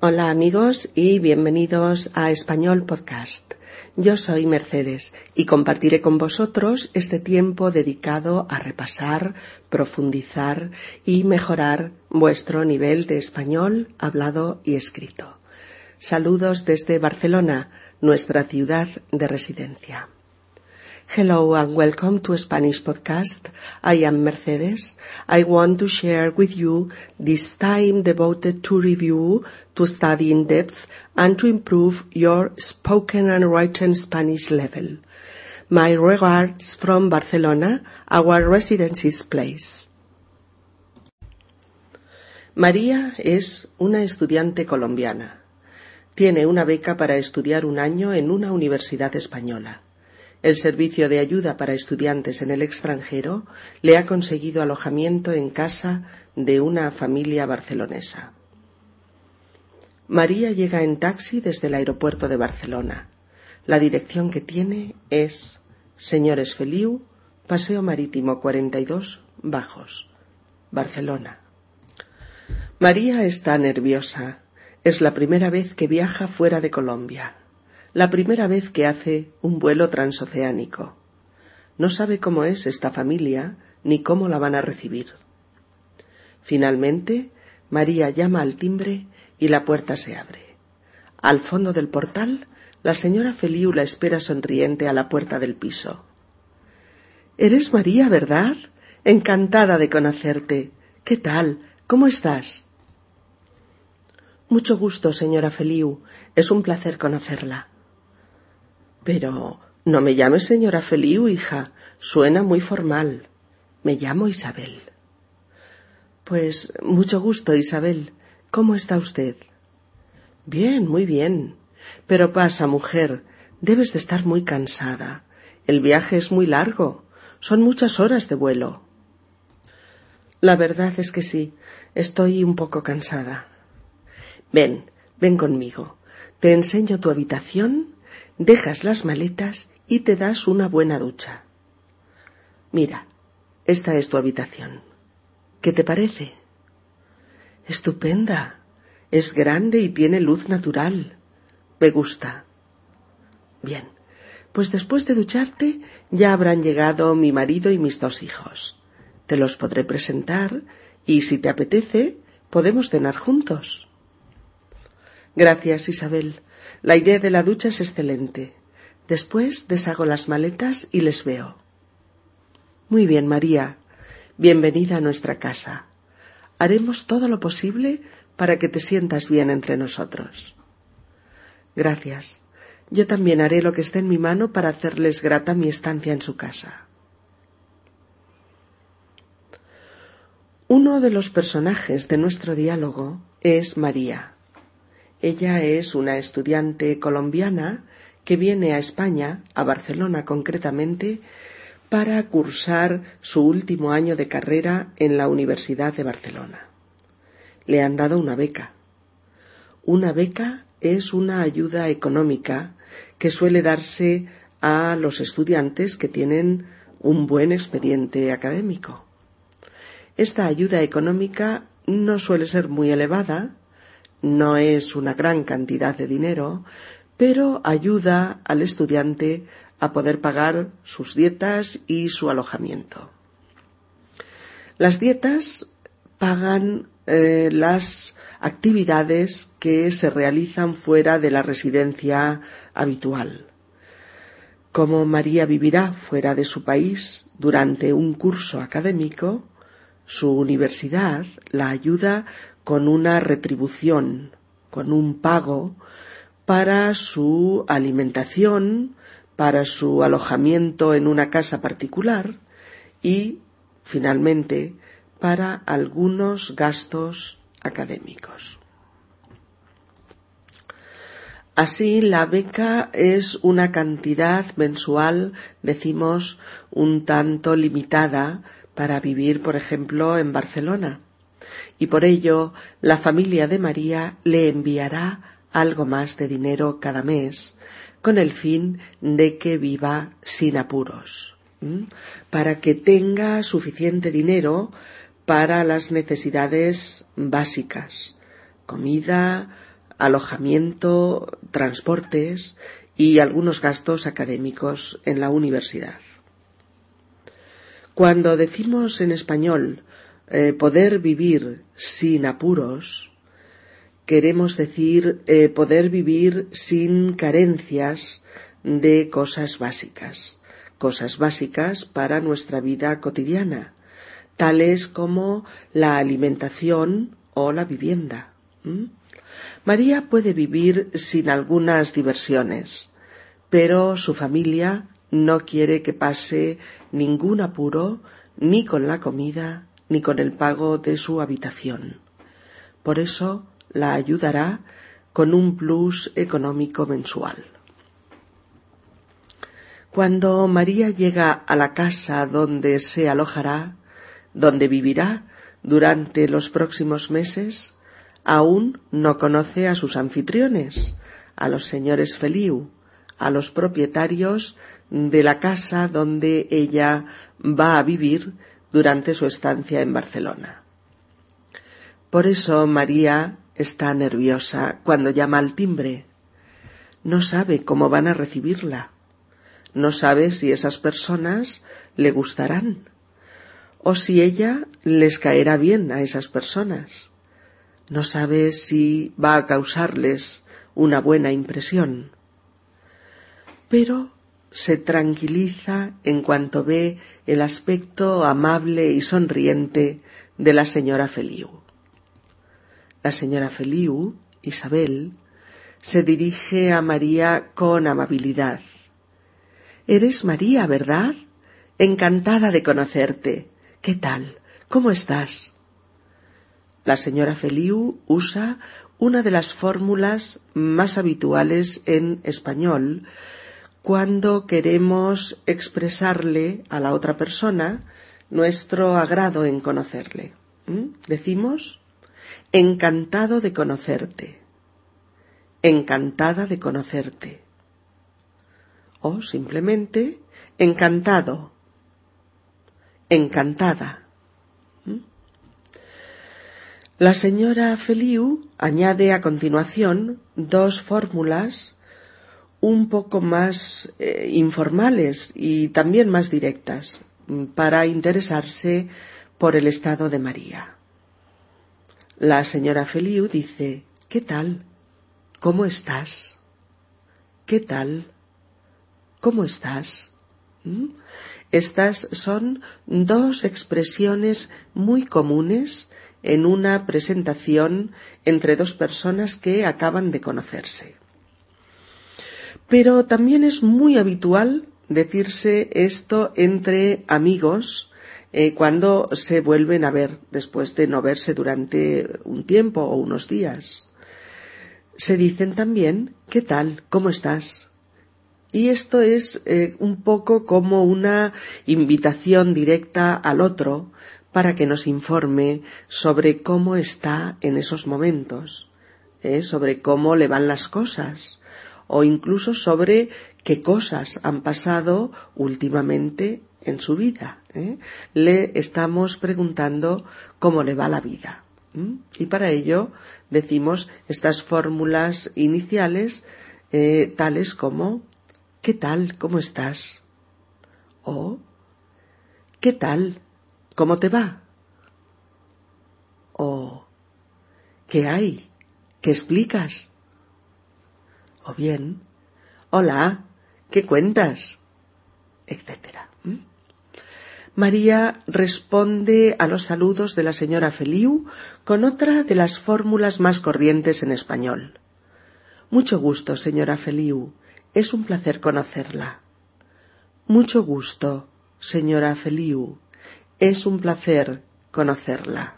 Hola amigos y bienvenidos a Español Podcast. Yo soy Mercedes y compartiré con vosotros este tiempo dedicado a repasar, profundizar y mejorar vuestro nivel de español hablado y escrito. Saludos desde Barcelona, nuestra ciudad de residencia. Hello and welcome to Spanish Podcast. I am Mercedes. I want to share with you this time devoted to review, to study in depth, and to improve your spoken and written Spanish level. My regards from Barcelona, our residency's place. María es una estudiante colombiana. Tiene una beca para estudiar un año en una universidad española. El Servicio de Ayuda para Estudiantes en el Extranjero le ha conseguido alojamiento en casa de una familia barcelonesa. María llega en taxi desde el aeropuerto de Barcelona. La dirección que tiene es Señores Feliu, Paseo Marítimo 42, Bajos, Barcelona. María está nerviosa. Es la primera vez que viaja fuera de Colombia. La primera vez que hace un vuelo transoceánico. No sabe cómo es esta familia ni cómo la van a recibir. Finalmente, María llama al timbre y la puerta se abre. Al fondo del portal, la señora Feliu la espera sonriente a la puerta del piso. «¿Eres María, verdad? Encantada de conocerte. ¿Qué tal? ¿Cómo estás?» «Mucho gusto, señora Feliu. Es un placer conocerla». «Pero no me llames señora Feliu, hija. Suena muy formal. Me llamo Isabel». «Pues mucho gusto, Isabel. ¿Cómo está usted?» «Bien, muy bien. Pero pasa, mujer. Debes de estar muy cansada. El viaje es muy largo. Son muchas horas de vuelo». «La verdad es que sí. Estoy un poco cansada». «Ven conmigo. Te enseño tu habitación, dejas las maletas y te das una buena ducha. Mira, esta es tu habitación. ¿Qué te parece?» «Estupenda. Es grande y tiene luz natural. Me gusta». «Bien, pues después de ducharte ya habrán llegado mi marido y mis 2 hijos. Te los podré presentar y, si te apetece, podemos cenar juntos». «Gracias, Isabel. La idea de la ducha es excelente. Después deshago las maletas y les veo». «Muy bien, María. Bienvenida a nuestra casa. Haremos todo lo posible para que te sientas bien entre nosotros». «Gracias. Yo también haré lo que esté en mi mano para hacerles grata mi estancia en su casa». Uno de los personajes de nuestro diálogo es María. Ella es una estudiante colombiana que viene a España, a Barcelona concretamente, para cursar su último año de carrera en la Universidad de Barcelona. Le han dado una beca. Una beca es una ayuda económica que suele darse a los estudiantes que tienen un buen expediente académico. Esta ayuda económica no suele ser muy elevada, no es una gran cantidad de dinero, pero ayuda al estudiante a poder pagar sus dietas y su alojamiento. Las dietas pagan las actividades que se realizan fuera de la residencia habitual. Como María vivirá fuera de su país durante un curso académico, su universidad la ayuda con una retribución, con un pago para su alimentación, para su alojamiento en una casa particular y, finalmente, para algunos gastos académicos. Así, la beca es una cantidad mensual, decimos, un tanto limitada para vivir, por ejemplo, en Barcelona. Y por ello, la familia de María le enviará algo más de dinero cada mes, con el fin de que viva sin apuros, para que tenga suficiente dinero para las necesidades básicas, comida, alojamiento, transportes y algunos gastos académicos en la universidad. Cuando decimos en español poder vivir sin apuros, queremos decir poder vivir sin carencias de cosas básicas para nuestra vida cotidiana, tales como la alimentación o la vivienda. María puede vivir sin algunas diversiones, pero su familia no quiere que pase ningún apuro ni con la comida ni con el pago de su habitación. Por eso la ayudará con un plus económico mensual. Cuando María llega a la casa donde se alojará, donde vivirá durante los próximos meses, aún no conoce a sus anfitriones, a los señores Feliu, a los propietarios de la casa donde ella va a vivir durante su estancia en Barcelona. Por eso María está nerviosa cuando llama al timbre. No sabe cómo van a recibirla. No sabe si esas personas le gustarán o si ella les caerá bien a esas personas. No sabe si va a causarles una buena impresión. Pero se tranquiliza en cuanto ve el aspecto amable y sonriente de la señora Feliu. La señora Feliu, Isabel, se dirige a María con amabilidad. «Eres María, ¿verdad? Encantada de conocerte. ¿Qué tal? ¿Cómo estás?» La señora Feliu usa una de las fórmulas más habituales en español cuando queremos expresarle a la otra persona nuestro agrado en conocerle. Decimos: encantado de conocerte, encantada de conocerte, o simplemente encantado, encantada. La señora Feliu añade a continuación dos fórmulas un poco más informales y también más directas para interesarse por el estado de María. La señora Feliu dice: «¿Qué tal? ¿Cómo estás? ¿Qué tal? ¿Cómo estás?» Estas son dos expresiones muy comunes en una presentación entre dos personas que acaban de conocerse. Pero también es muy habitual decirse esto entre amigos cuando se vuelven a ver después de no verse durante un tiempo o unos días. Se dicen también: «¿Qué tal? ¿Cómo estás?» Y esto es un poco como una invitación directa al otro para que nos informe sobre cómo está en esos momentos, sobre cómo le van las cosas, o incluso sobre qué cosas han pasado últimamente en su vida. Le estamos preguntando cómo le va la vida. Y para ello decimos estas fórmulas iniciales tales como: «¿Qué tal? ¿Cómo estás?» o «¿Qué tal? ¿Cómo te va?» o «¿Qué hay? ¿Qué explicas?» o bien «Hola, ¿qué cuentas?», etcétera. María responde a los saludos de la señora Feliu con otra de las fórmulas más corrientes en español. «Mucho gusto, señora Feliu. Es un placer conocerla». «Mucho gusto, señora Feliu. Es un placer conocerla».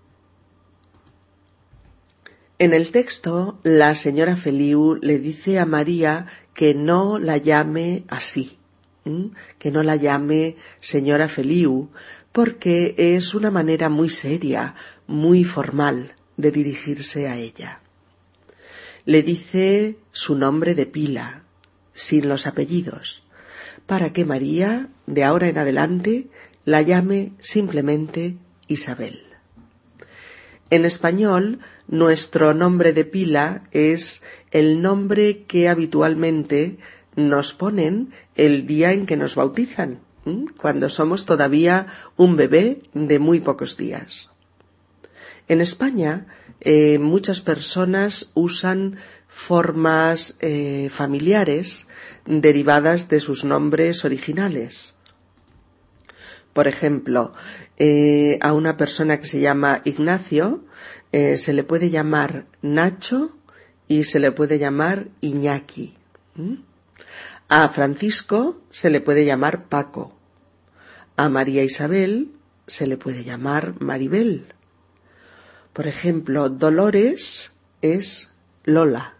En el texto, la señora Feliu le dice a María que no la llame así, que no la llame señora Feliu, porque es una manera muy seria, muy formal de dirigirse a ella. Le dice su nombre de pila, sin los apellidos, para que María, de ahora en adelante, la llame simplemente Isabel. En español, nuestro nombre de pila es el nombre que habitualmente nos ponen el día en que nos bautizan, cuando somos todavía un bebé de muy pocos días. En España, muchas personas usan formas familiares derivadas de sus nombres originales. Por ejemplo, a una persona que se llama Ignacio se le puede llamar Nacho y se le puede llamar Iñaki. A Francisco se le puede llamar Paco. A María Isabel se le puede llamar Maribel. Por ejemplo, Dolores es Lola.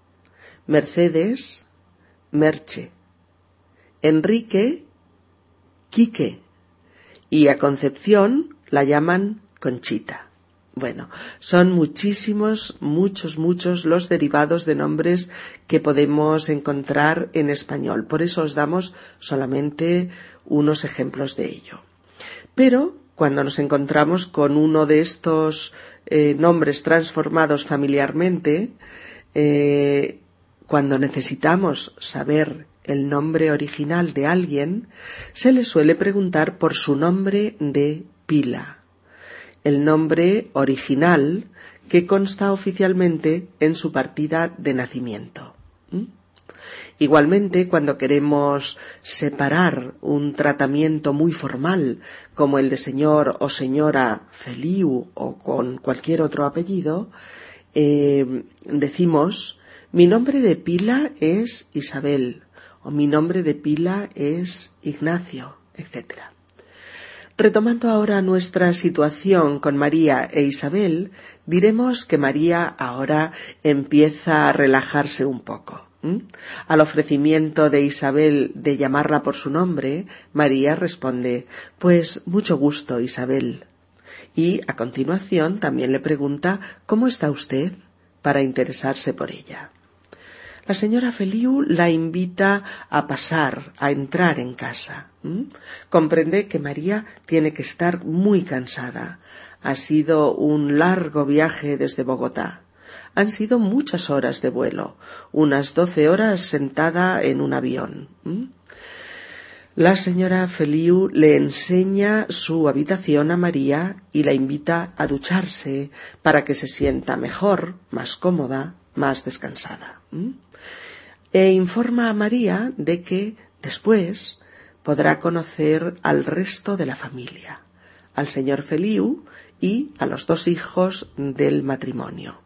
Mercedes, Merche. Enrique, Quique. Y a Concepción la llaman Conchita. Bueno, son muchos los derivados de nombres que podemos encontrar en español. Por eso os damos solamente unos ejemplos de ello. Pero cuando nos encontramos con uno de estos nombres transformados familiarmente, cuando necesitamos saber el nombre original de alguien, se le suele preguntar por su nombre de pila, el nombre original que consta oficialmente en su partida de nacimiento. Igualmente, cuando queremos separar un tratamiento muy formal, como el de señor o señora Feliu o con cualquier otro apellido, decimos: mi nombre de pila es Isabel, o mi nombre de pila es Ignacio, etc. Retomando ahora nuestra situación con María e Isabel, diremos que María ahora empieza a relajarse un poco. Al ofrecimiento de Isabel de llamarla por su nombre, María responde: pues mucho gusto, Isabel. Y a continuación también le pregunta: ¿cómo está usted?, para interesarse por ella. La señora Feliu la invita a pasar, a entrar en casa. Comprende que María tiene que estar muy cansada. Ha sido un largo viaje desde Bogotá. Han sido muchas horas de vuelo, unas 12 horas sentada en un avión. La señora Feliu le enseña su habitación a María y la invita a ducharse para que se sienta mejor, más cómoda, más descansada. E informa a María de que después podrá conocer al resto de la familia, al señor Feliu y a los 2 hijos del matrimonio.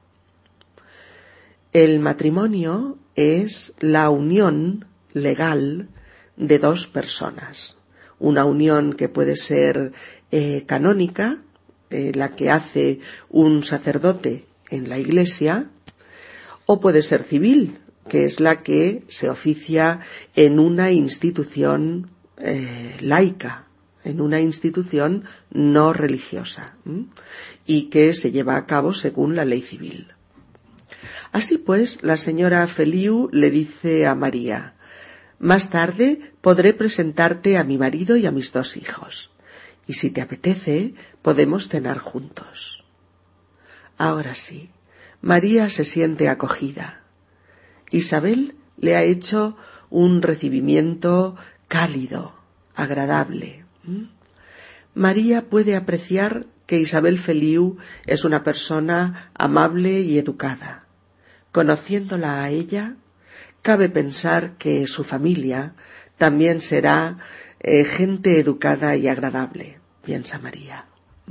El matrimonio es la unión legal de 2 personas. Una unión que puede ser canónica, la que hace un sacerdote en la iglesia, o puede ser civil, que es la que se oficia en una institución laica, en una institución no religiosa, y que se lleva a cabo según la ley civil. Así pues, la señora Feliu le dice a María: más tarde podré presentarte a mi marido y a mis 2 hijos, y si te apetece, podemos cenar juntos. Ahora sí, María se siente acogida. Isabel le ha hecho un recibimiento cálido, agradable. María puede apreciar que Isabel Feliu es una persona amable y educada. Conociéndola a ella, cabe pensar que su familia también será gente educada y agradable, piensa María.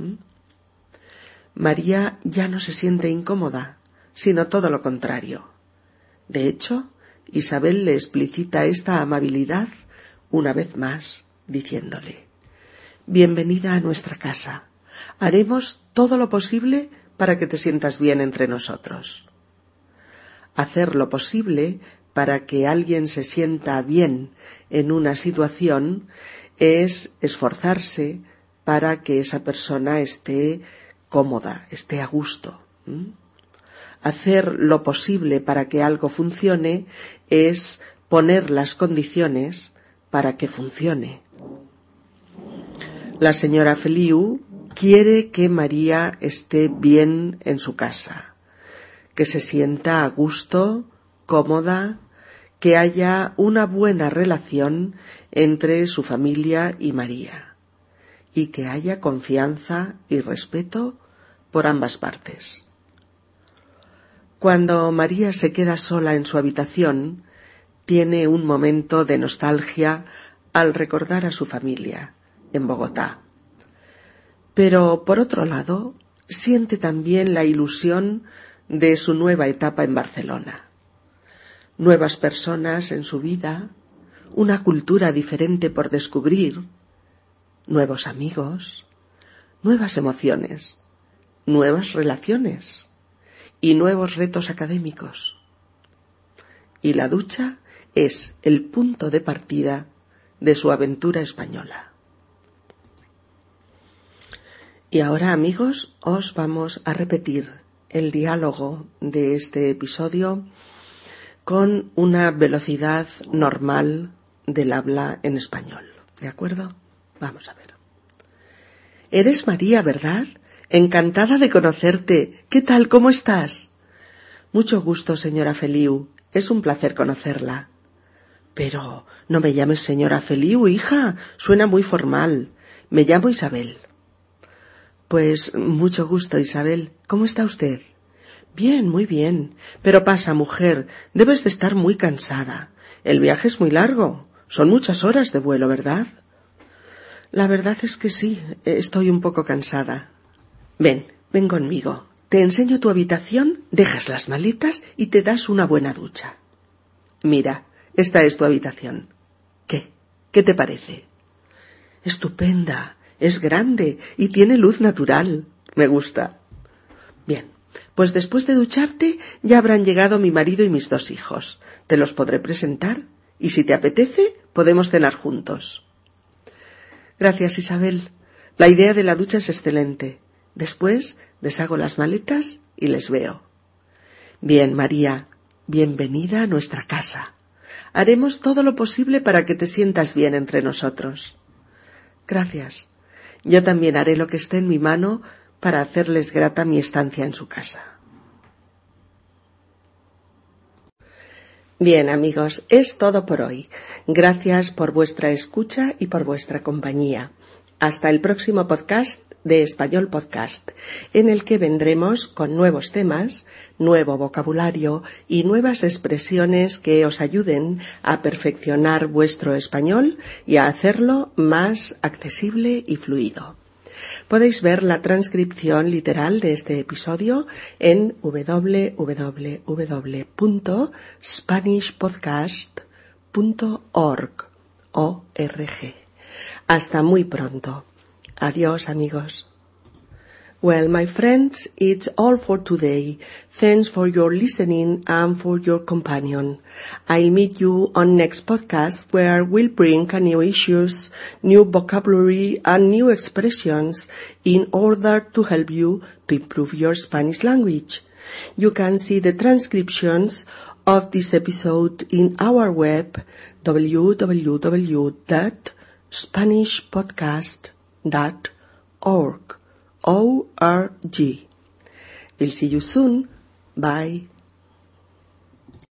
María ya no se siente incómoda, sino todo lo contrario. De hecho, Isabel le explicita esta amabilidad una vez más, diciéndole: bienvenida a nuestra casa. Haremos todo lo posible para que te sientas bien entre nosotros. Hacer lo posible para que alguien se sienta bien en una situación es esforzarse para que esa persona esté cómoda, esté a gusto. Hacer lo posible para que algo funcione es poner las condiciones para que funcione. La señora Feliu quiere que María esté bien en su casa, que se sienta a gusto, cómoda, que haya una buena relación entre su familia y María, y que haya confianza y respeto por ambas partes. Cuando María se queda sola en su habitación, tiene un momento de nostalgia al recordar a su familia en Bogotá. Pero, por otro lado, siente también la ilusión de su nueva etapa en Barcelona. Nuevas personas en su vida, una cultura diferente por descubrir, nuevos amigos, nuevas emociones, nuevas relaciones y nuevos retos académicos. Y la ducha es el punto de partida de su aventura española. Y ahora, amigos, os vamos a repetir el diálogo de este episodio con una velocidad normal del habla en español. ¿De acuerdo? Vamos a ver. Eres María, ¿verdad? Encantada de conocerte. ¿Qué tal? ¿Cómo estás? Mucho gusto, señora Feliu. Es un placer conocerla. Pero no me llames señora Feliu, hija. Suena muy formal. Me llamo Isabel. Pues mucho gusto, Isabel. ¿Cómo está usted? Bien, muy bien. Pero pasa, mujer. Debes de estar muy cansada. El viaje es muy largo. Son muchas horas de vuelo, ¿verdad? La verdad es que sí. Estoy un poco cansada. Ven conmigo. Te enseño tu habitación, dejas las maletas y te das una buena ducha. Mira, esta es tu habitación. ¿Qué te parece? Estupenda, es grande y tiene luz natural. Me gusta. Bien, pues después de ducharte ya habrán llegado mi marido y mis 2 hijos. Te los podré presentar y si te apetece podemos cenar juntos. Gracias, Isabel. La idea de la ducha es excelente. Después deshago las maletas y les veo. Bien, María, bienvenida a nuestra casa. Haremos todo lo posible para que te sientas bien entre nosotros. Gracias. Yo también haré lo que esté en mi mano para hacerles grata mi estancia en su casa. Bien, amigos, es todo por hoy. Gracias por vuestra escucha y por vuestra compañía. Hasta el próximo podcast de Español Podcast, en el que vendremos con nuevos temas, nuevo vocabulario y nuevas expresiones que os ayuden a perfeccionar vuestro español y a hacerlo más accesible y fluido. Podéis ver la transcripción literal de este episodio en www.spanishpodcast.org. Hasta muy pronto. Adiós, amigos. Well, my friends, it's all for today. Thanks for your listening and for your companion. I'll meet you on next podcast where we'll bring new issues, new vocabulary and new expressions in order to help you to improve your Spanish language. You can see the transcriptions of this episode in our web www.spanishpodcast.org. We'll see you soon. Bye.